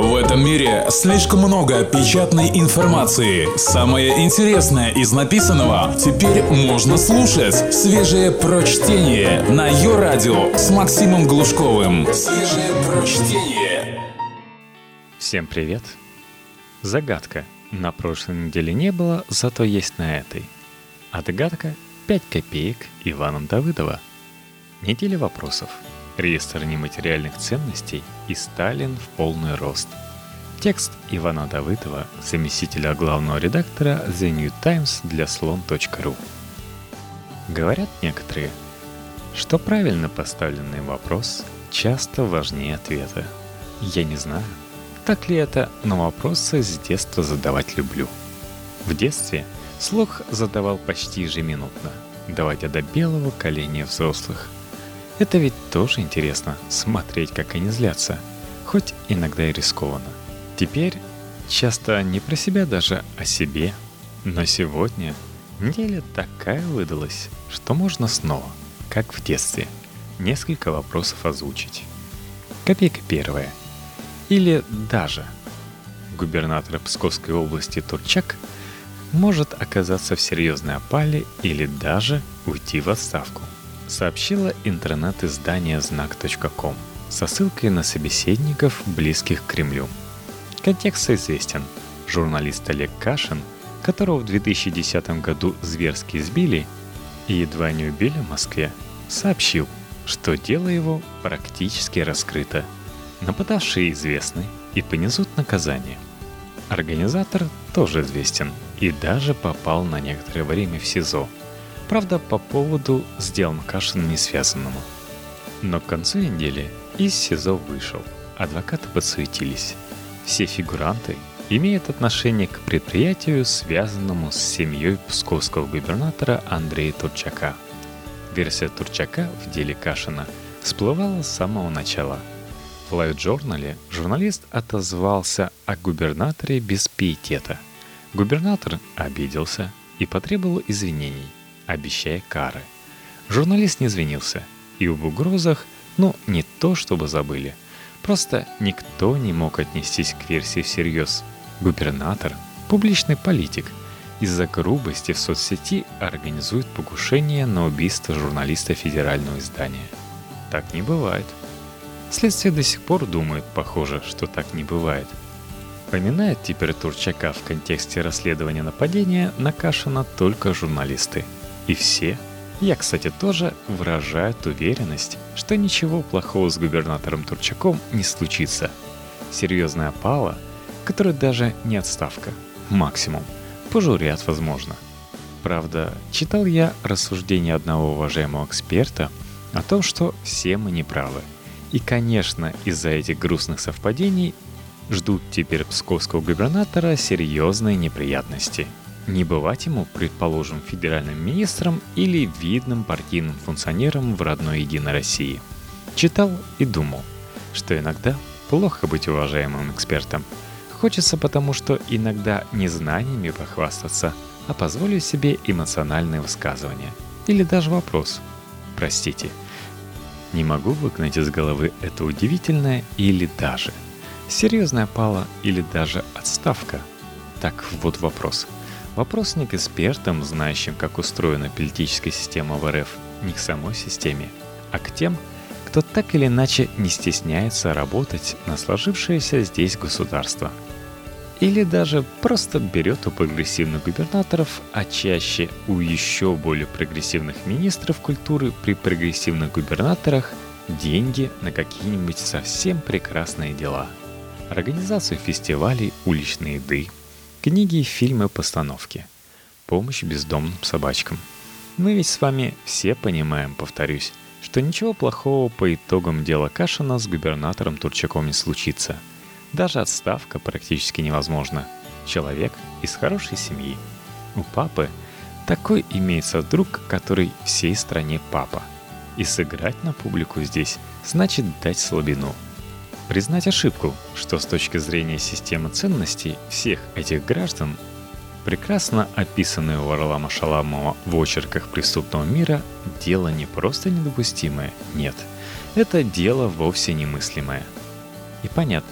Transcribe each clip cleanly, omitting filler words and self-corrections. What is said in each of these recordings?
В этом мире слишком много печатной информации. Самое интересное из написанного теперь можно слушать. Свежее прочтение на Йо-Радио с Максимом Глушковым. Свежее прочтение. Всем привет. Загадка. На прошлой неделе не было, зато есть на этой. Отгадка 5 копеек Ивана Давыдова. Неделя вопросов. Реестр нематериальных ценностей и Сталин в полный рост. Текст Ивана Давыдова, заместителя главного редактора The New Times для слон.ру. Говорят некоторые, что правильно поставленный вопрос часто важнее ответа. Я не знаю, так ли это, но вопросы с детства задавать люблю. В детстве слух задавал почти ежеминутно, доводя до белого коленя взрослых. Это ведь тоже интересно, смотреть, как они злятся, хоть иногда и рискованно. Теперь часто не про себя даже, а себе. Но сегодня неделя такая выдалась, что можно снова, как в детстве, несколько вопросов озвучить. Копейка первая. Или даже губернатор Псковской области Турчак может оказаться в серьезной опале или даже уйти в отставку, сообщило интернет-издание знак.ком со ссылкой на собеседников, близких к Кремлю. Контекст известен. Журналист Олег Кашин, которого в 2010 году зверски избили и едва не убили в Москве, сообщил, что дело его практически раскрыто. Нападавшие известны и понесут наказание. Организатор тоже известен и даже попал на некоторое время в СИЗО. Правда, по поводу с делом Кашина не связанному. Но к концу недели из СИЗО вышел. Адвокаты подсуетились. Все фигуранты имеют отношение к предприятию, связанному с семьей псковского губернатора Андрея Турчака. Версия Турчака в деле Кашина всплывала с самого начала. В лайв-журнале журналист отозвался о губернаторе без пиетета. Губернатор обиделся и потребовал извинений, обещая кары. Журналист не извинился, и об угрозах, не то чтобы забыли. Просто никто не мог отнестись к версии всерьез. Губернатор, публичный политик, из-за грубости в соцсети организует покушение на убийство журналиста федерального издания. Так не бывает. Следствие до сих пор думает, похоже, что так не бывает. Поминают теперь Турчака в контексте расследования нападения на Кашина только журналисты. И все, я, кстати, тоже, выражают уверенность, что ничего плохого с губернатором Турчаком не случится. Серьезная опала, которая даже не отставка, максимум, пожурят, возможно. Правда, читал я рассуждение одного уважаемого эксперта о том, что все мы неправы. И, конечно, из-за этих грустных совпадений ждут теперь псковского губернатора серьезные неприятности. Не бывать ему, предположим, федеральным министром или видным партийным функционером в родной Единой России. Читал и думал, что иногда плохо быть уважаемым экспертом. Хочется потому, что иногда не знаниями похвастаться, а позволю себе эмоциональные высказывания. Или даже вопрос. Простите, не могу выгнать из головы это удивительное или даже. Серьезная опала или даже отставка? Так вот вопрос. Вопрос не к экспертам, знающим, как устроена политическая система в РФ, не к самой системе, а к тем, кто так или иначе не стесняется работать на сложившееся здесь государство. Или даже просто берет у прогрессивных губернаторов, а чаще у еще более прогрессивных министров культуры при прогрессивных губернаторах деньги на какие-нибудь совсем прекрасные дела. Организацию фестивалей уличной еды, книги, фильмы, постановки, помощь бездомным собачкам. Мы ведь с вами все понимаем, повторюсь, что ничего плохого по итогам дела Кашина с губернатором Турчаком не случится. Даже отставка практически невозможна. Человек из хорошей семьи. У папы такой имеется друг, который всей стране папа. И сыграть на публику здесь значит дать слабину. Признать ошибку, что с точки зрения системы ценностей всех этих граждан, прекрасно описанное у Варлама Шаламова в очерках преступного мира, дело не просто недопустимое, нет, это дело вовсе немыслимое. И понятно,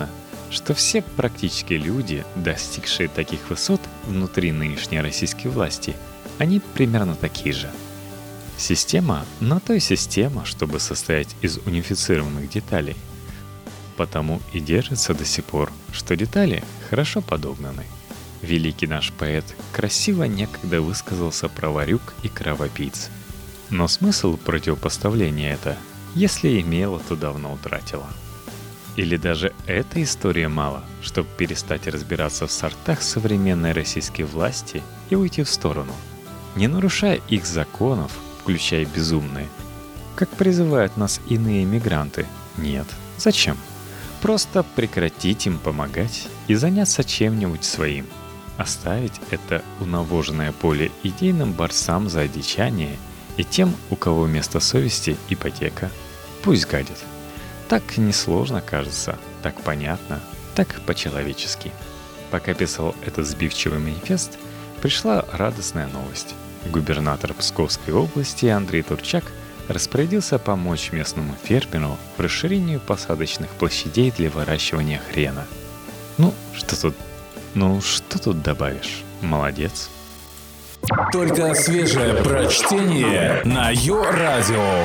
что все практически люди, достигшие таких высот внутри нынешней российской власти, они примерно такие же. Система на то и система, чтобы состоять из унифицированных деталей. Потому и держится до сих пор, что детали хорошо подогнаны. Великий наш поэт красиво некогда высказался про ворюг и кровопийц. Но смысл противопоставления это, если имела, то давно утратила. Или даже эта история мало, чтобы перестать разбираться в сортах современной российской власти и уйти в сторону, не нарушая их законов, включая безумные, как призывают нас иные мигранты. Нет, зачем? Просто прекратить им помогать и заняться чем-нибудь своим. Оставить это унавоженное поле идейным борцам за одичание и тем, у кого вместо совести ипотека. Пусть гадят. Так несложно кажется, так понятно, так по-человечески. Пока писал этот сбивчивый манифест, пришла радостная новость. Губернатор Псковской области Андрей Турчак распорядился помочь местному фермеру в расширении посадочных площадей для выращивания хрена. Что тут добавишь? Молодец. Только свежее прочтение на Йо-Радио.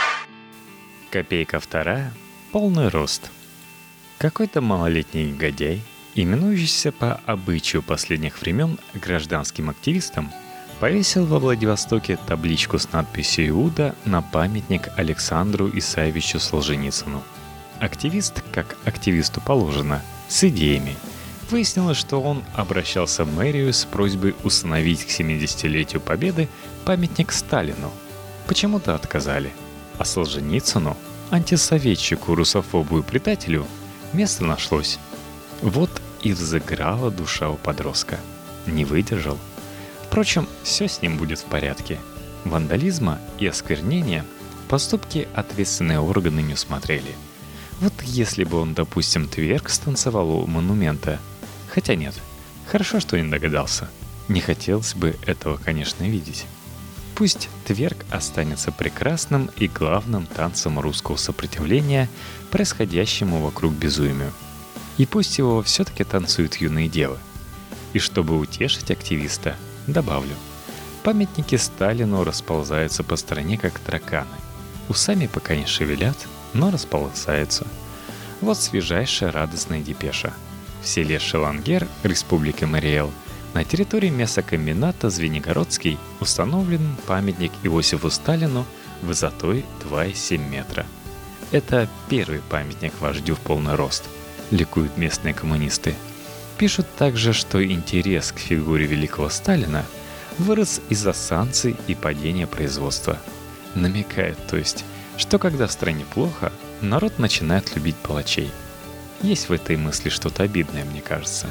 Копейка вторая. Полный рост. Какой-то малолетний негодяй, именующийся по обычаю последних времен гражданским активистом, повесил во Владивостоке табличку с надписью «Иуда» на памятник Александру Исаевичу Солженицыну. Активист, как активисту положено, с идеями. Выяснилось, что он обращался в мэрию с просьбой установить к 70-летию Победы памятник Сталину. Почему-то отказали. А Солженицыну, антисоветчику, русофобу и предателю, место нашлось. Вот и взыграла душа у подростка. Не выдержал. Впрочем, все с ним будет в порядке. Вандализма и осквернения поступки ответственные органы не усмотрели. Вот если бы он, допустим, тверк станцевал у монумента. Хотя нет, хорошо, что не догадался. Не хотелось бы этого, конечно, видеть. Пусть тверк останется прекрасным и главным танцем русского сопротивления происходящему вокруг безумию. И пусть его все-таки танцуют юные девы. И чтобы утешить активиста, добавлю, памятники Сталину расползаются по стране как тараканы. Усами пока не шевелят, но расползаются. Вот свежайшая радостная депеша. В селе Шелангер, Республика Мариэл, на территории мясокомбината Звенигородский установлен памятник Иосифу Сталину высотой 2,7 метра. Это первый памятник вождю в полный рост, ликуют местные коммунисты. Пишут также, что интерес к фигуре великого Сталина вырос из-за санкций и падения производства. Намекает, то есть, что когда в стране плохо, народ начинает любить палачей. Есть в этой мысли что-то обидное, мне кажется.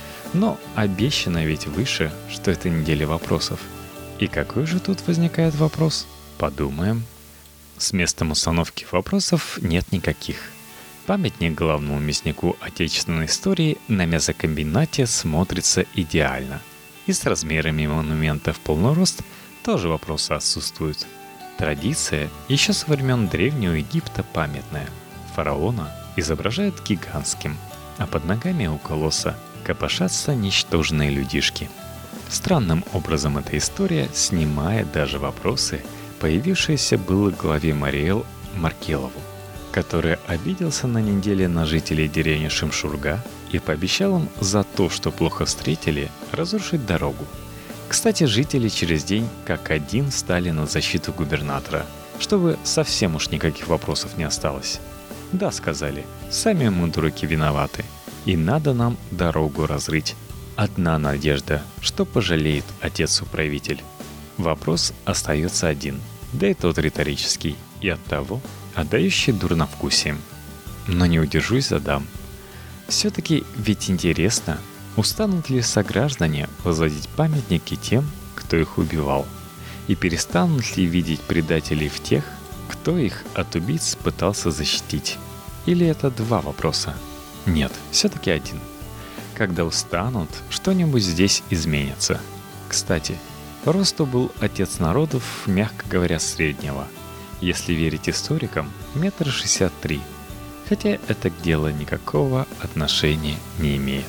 Но обещано ведь выше, что это неделя вопросов. И какой же тут возникает вопрос? Подумаем. С местом установки вопросов нет никаких. Памятник главному мяснику отечественной истории на мясокомбинате смотрится идеально. И с размерами монумента в полный рост тоже вопросы отсутствуют. Традиция еще со времен Древнего Египта памятная. Фараона изображают гигантским, а под ногами у колосса копошатся ничтожные людишки. Странным образом эта история снимает даже вопросы, появившиеся было главе Мариэл Маркелову, который обиделся на неделе на жителей деревни Шимшурга и пообещал им за то, что плохо встретили, разрушить дорогу. Кстати, жители через день как один стали на защиту губернатора, чтобы совсем уж никаких вопросов не осталось. Да, сказали, сами мы, дураки, виноваты, и надо нам дорогу разрыть. Одна надежда, что пожалеет отец-управитель. Вопрос остается один, да и тот риторический, и оттого отдающий дурновкусием. Но не удержусь, задам. Все-таки ведь интересно, устанут ли сограждане возводить памятники тем, кто их убивал, и перестанут ли видеть предателей в тех, кто их от убийц пытался защитить? Или это два вопроса? Нет, все-таки один. Когда устанут, что-нибудь здесь изменится. Кстати, росту был отец народов, мягко говоря, среднего. Если верить историкам, 1,63 м. хотя это к делу никакого отношения не имеет.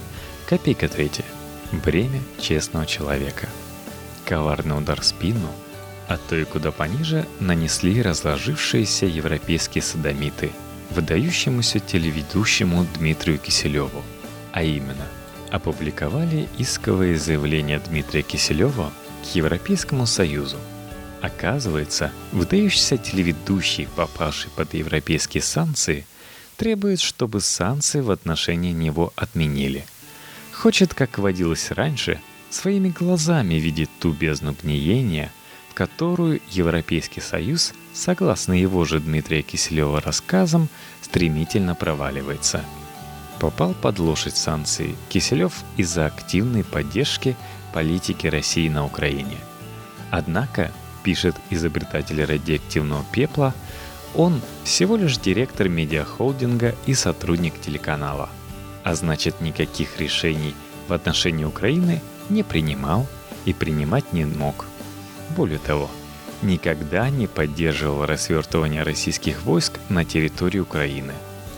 Копейка третья. Бремя честного человека. Коварный удар в спину, а то и куда пониже, нанесли разложившиеся европейские содомиты выдающемуся телеведущему Дмитрию Киселеву, а именно опубликовали исковое заявление Дмитрия Киселева к Европейскому Союзу. Оказывается, выдающийся телеведущий, попавший под европейские санкции, требует, чтобы санкции в отношении него отменили. Хочет, как водилось раньше, своими глазами видеть ту бездну гниения, в которую Европейский Союз, согласно его же Дмитрия Киселева рассказам, стремительно проваливается. Попал под лошадь санкций Киселев из-за активной поддержки политики России на Украине. Однако, пишет изобретатель радиоактивного пепла, он всего лишь директор медиахолдинга и сотрудник телеканала, а значит никаких решений в отношении Украины не принимал и принимать не мог. Более того, никогда не поддерживал развертывание российских войск на территории Украины.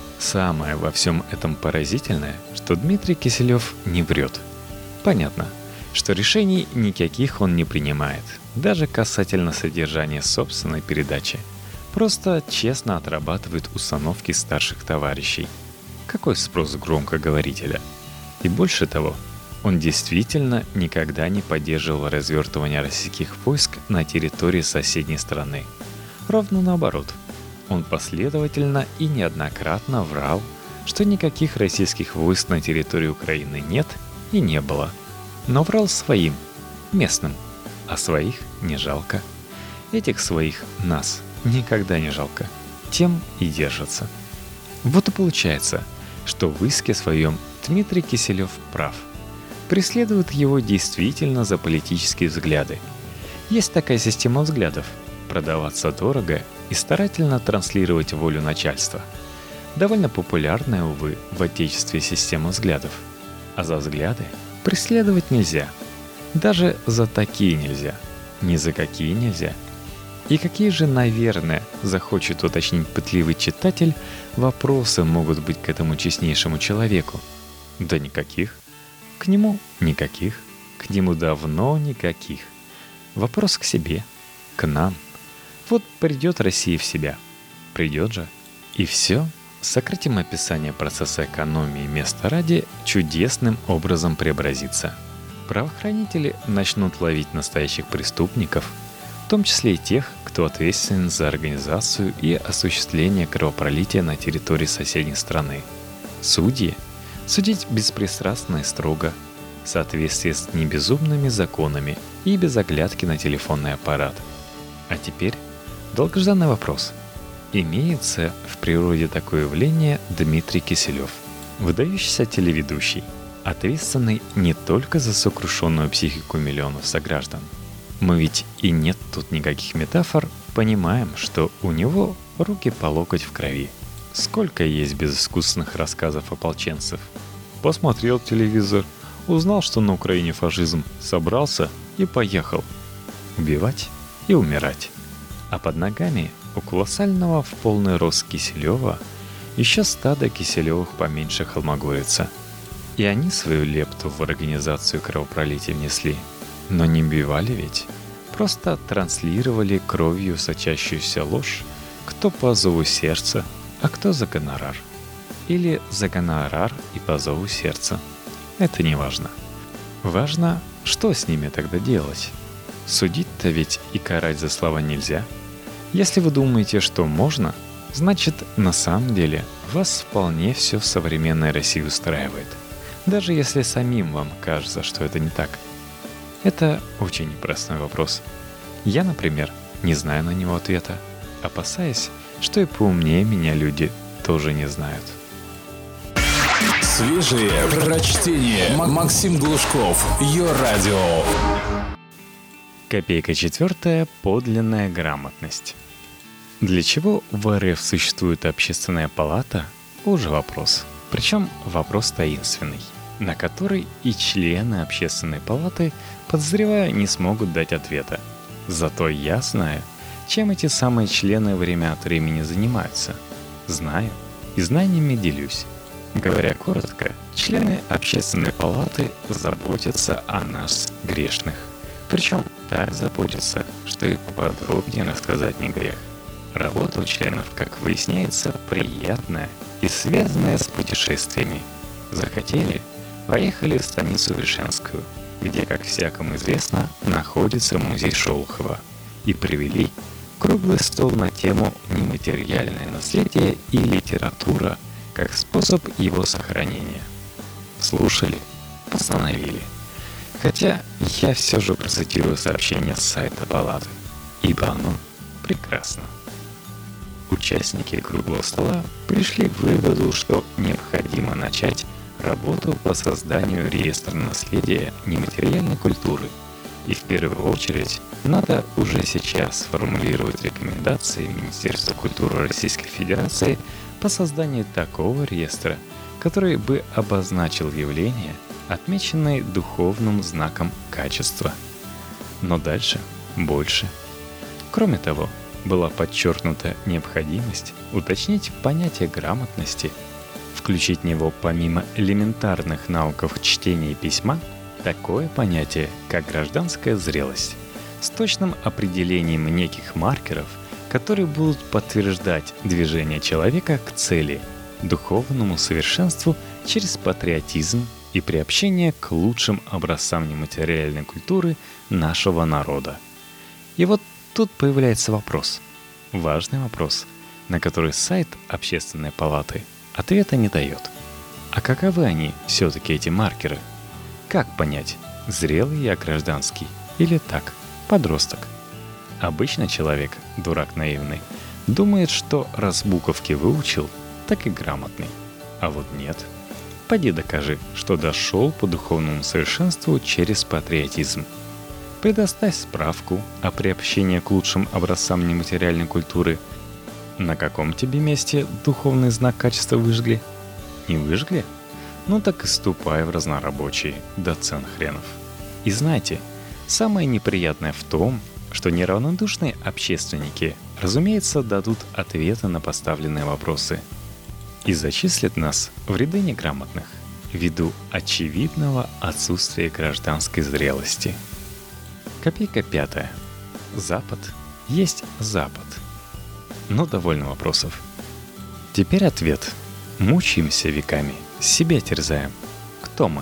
Самое во всем этом поразительное, что Дмитрий Киселев не врет. Понятно, что решений никаких он не принимает, даже касательно содержания собственной передачи. Просто честно отрабатывает установки старших товарищей. Какой спрос громкоговорителя? И больше того, он действительно никогда не поддерживал развертывание российских войск на территории соседней страны. Ровно наоборот. Он последовательно и неоднократно врал, что никаких российских войск на территории Украины нет и не было. Но врал своим, местным, а своих не жалко. Этих своих нас никогда не жалко. Тем и держатся. Вот и получается, что в иске своем Дмитрий Киселев прав. Преследуют его действительно за политические взгляды. Есть такая система взглядов – продаваться дорого и старательно транслировать волю начальства. Довольно популярная, увы, в отечестве система взглядов. А за взгляды преследовать нельзя. Даже за такие нельзя. Ни за какие нельзя. И какие же, наверное, захочет уточнить пытливый читатель, вопросы могут быть к этому честнейшему человеку? Да никаких. К нему никаких. К нему давно никаких. Вопрос к себе, к нам. Вот придет Россия в себя. Придет же. И все. Сократим описание процесса экономии места ради чудесным образом преобразится. Правоохранители начнут ловить настоящих преступников, в том числе и тех, кто ответственен за организацию и осуществление кровопролития на территории соседней страны. Судьи судить беспристрастно и строго, в соответствии с небезумными законами и без оглядки на телефонный аппарат. А теперь долгожданный вопрос. Имеется в природе такое явление Дмитрий Киселев, выдающийся телеведущий, ответственный не только за сокрушенную психику миллионов сограждан. Мы ведь и нет тут никаких метафор, понимаем, что у него руки по локоть в крови. Сколько есть безыскусных рассказов ополченцев. Посмотрел телевизор, узнал, что на Украине фашизм, собрался и поехал. Убивать и умирать. А под ногами у колоссального в полный рост Киселева еще стадо Киселевых поменьше холмогорится. И они свою лепту в организацию кровопролития внесли. Но не убивали ведь. Просто транслировали кровью сочащуюся ложь, кто по зову сердца, а кто за гонорар. Или за гонорар и по зову сердца. Это не важно. Важно, что с ними тогда делать. Судить-то ведь и карать за слова нельзя. Если вы думаете, что можно, значит, на самом деле вас вполне все в современной России устраивает. Даже если самим вам кажется, что это не так. Это очень непростой вопрос. Я, например, не знаю на него ответа, опасаясь, что и поумнее меня люди тоже не знают. Свежие прочтение. Максим Глушков. Йо-радио. Копейка четвертая. Подлинная грамотность. Для чего в РФ существует общественная палата? Уже вопрос. Причем вопрос таинственный, на который и члены общественной палаты, подозреваю, не смогут дать ответа. Зато я знаю, чем эти самые члены время от времени занимаются. Знаю и знаниями делюсь. Говоря коротко, члены общественной палаты заботятся о нас, грешных. Причем так заботятся, что и подробнее рассказать не грех. Работа у членов, как выясняется, приятная и связанная с путешествиями. Захотели – поехали в станицу Вишенскую, где, как всякому известно, находится музей Шолохова, и привели круглый стол на тему «Нематериальное наследие и литература как способ его сохранения». Слушали, постановили. Хотя я все же процитирую сообщение с сайта палаты, ибо оно прекрасно. Участники круглого стола пришли к выводу, что необходимо начать работу по созданию реестра наследия нематериальной культуры. И в первую очередь надо уже сейчас формулировать рекомендации Министерства культуры Российской Федерации по созданию такого реестра, который бы обозначил явления, отмеченные духовным знаком качества. Но дальше больше. Кроме того, была подчеркнута необходимость уточнить понятие грамотности, включить в него помимо элементарных навыков чтения и письма такое понятие, как гражданская зрелость, с точным определением неких маркеров, которые будут подтверждать движение человека к цели, духовному совершенству через патриотизм и приобщение к лучшим образцам нематериальной культуры нашего народа. И вот тут появляется вопрос, важный вопрос, на который сайт Общественной палаты ответа не дает. А каковы они все-таки, эти маркеры? Как понять, зрелый я гражданский или так, подросток? Обычно человек, дурак наивный, думает, что раз буковки выучил, так и грамотный. А вот нет. Поди докажи, что дошел по духовному совершенству через патриотизм. Предоставь справку о приобщении к лучшим образцам нематериальной культуры. На каком тебе месте духовный знак качества выжгли? Не выжгли? Ну так и ступай в разнорабочие, до цен хренов. И знайте, самое неприятное в том, что неравнодушные общественники, разумеется, дадут ответы на поставленные вопросы и зачислят нас в ряды неграмотных ввиду очевидного отсутствия гражданской зрелости. Копейка пятая. Запад есть Запад. Но довольно вопросов. Теперь ответ. Мучаемся веками, себя терзаем. Кто мы?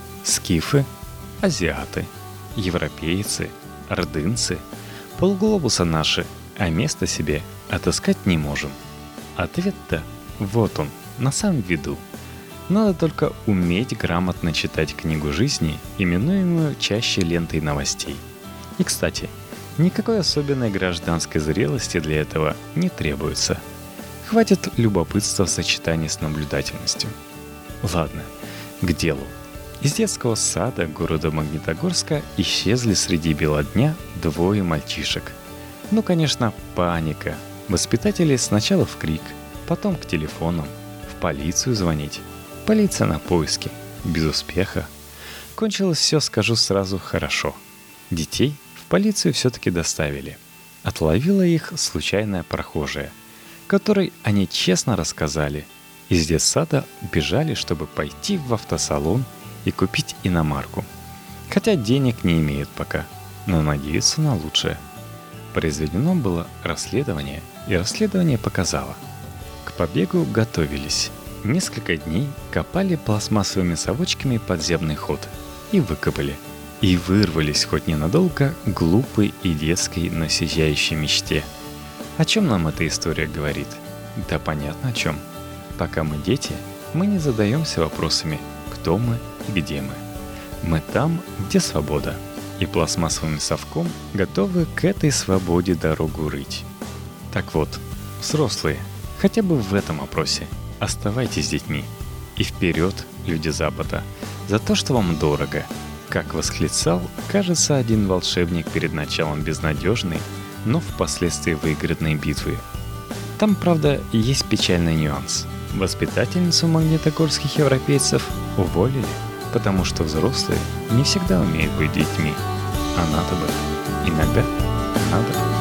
Скифы, азиаты, европейцы, ордынцы, полглобуса наши, а места себе отыскать не можем. Ответ-то вот он, на самом виду. Надо только уметь грамотно читать книгу жизни, именуемую чаще лентой новостей. И, кстати, никакой особенной гражданской зрелости для этого не требуется. Хватит любопытства в сочетании с наблюдательностью. Ладно, к делу. Из детского сада города Магнитогорска исчезли среди бела дня двое мальчишек. Ну, конечно, паника. Воспитатели сначала в крик, потом к телефонам, в полицию звонить. Полиция на поиске. Без успеха. Кончилось все, скажу сразу, хорошо. Детей в полицию все-таки доставили. Отловила их случайная прохожая, которой они честно рассказали. Из детсада бежали, чтобы пойти в автосалон и купить иномарку. Хотя денег не имеют пока, но надеются на лучшее. Произведено было расследование, и расследование показало. К побегу готовились. Несколько дней копали пластмассовыми совочками подземный ход и выкопали. И вырвались хоть ненадолго глупой и детской, но сияющей мечте. О чем нам эта история говорит? Да понятно о чем. Пока мы дети, мы не задаемся вопросами, кто мы и где мы. Мы там, где свобода, и пластмассовым совком готовы к этой свободе дорогу рыть. Так вот, взрослые, хотя бы в этом опросе оставайтесь детьми. И вперед, люди Запада, за то, что вам дорого. Как восклицал, кажется, один волшебник перед началом безнадежной, но впоследствии выигранной битвы. Там, правда, есть печальный нюанс. Воспитательницу магнитогорских европейцев уволили, потому что взрослые не всегда умеют быть детьми. А надо бы. Иногда надо бы.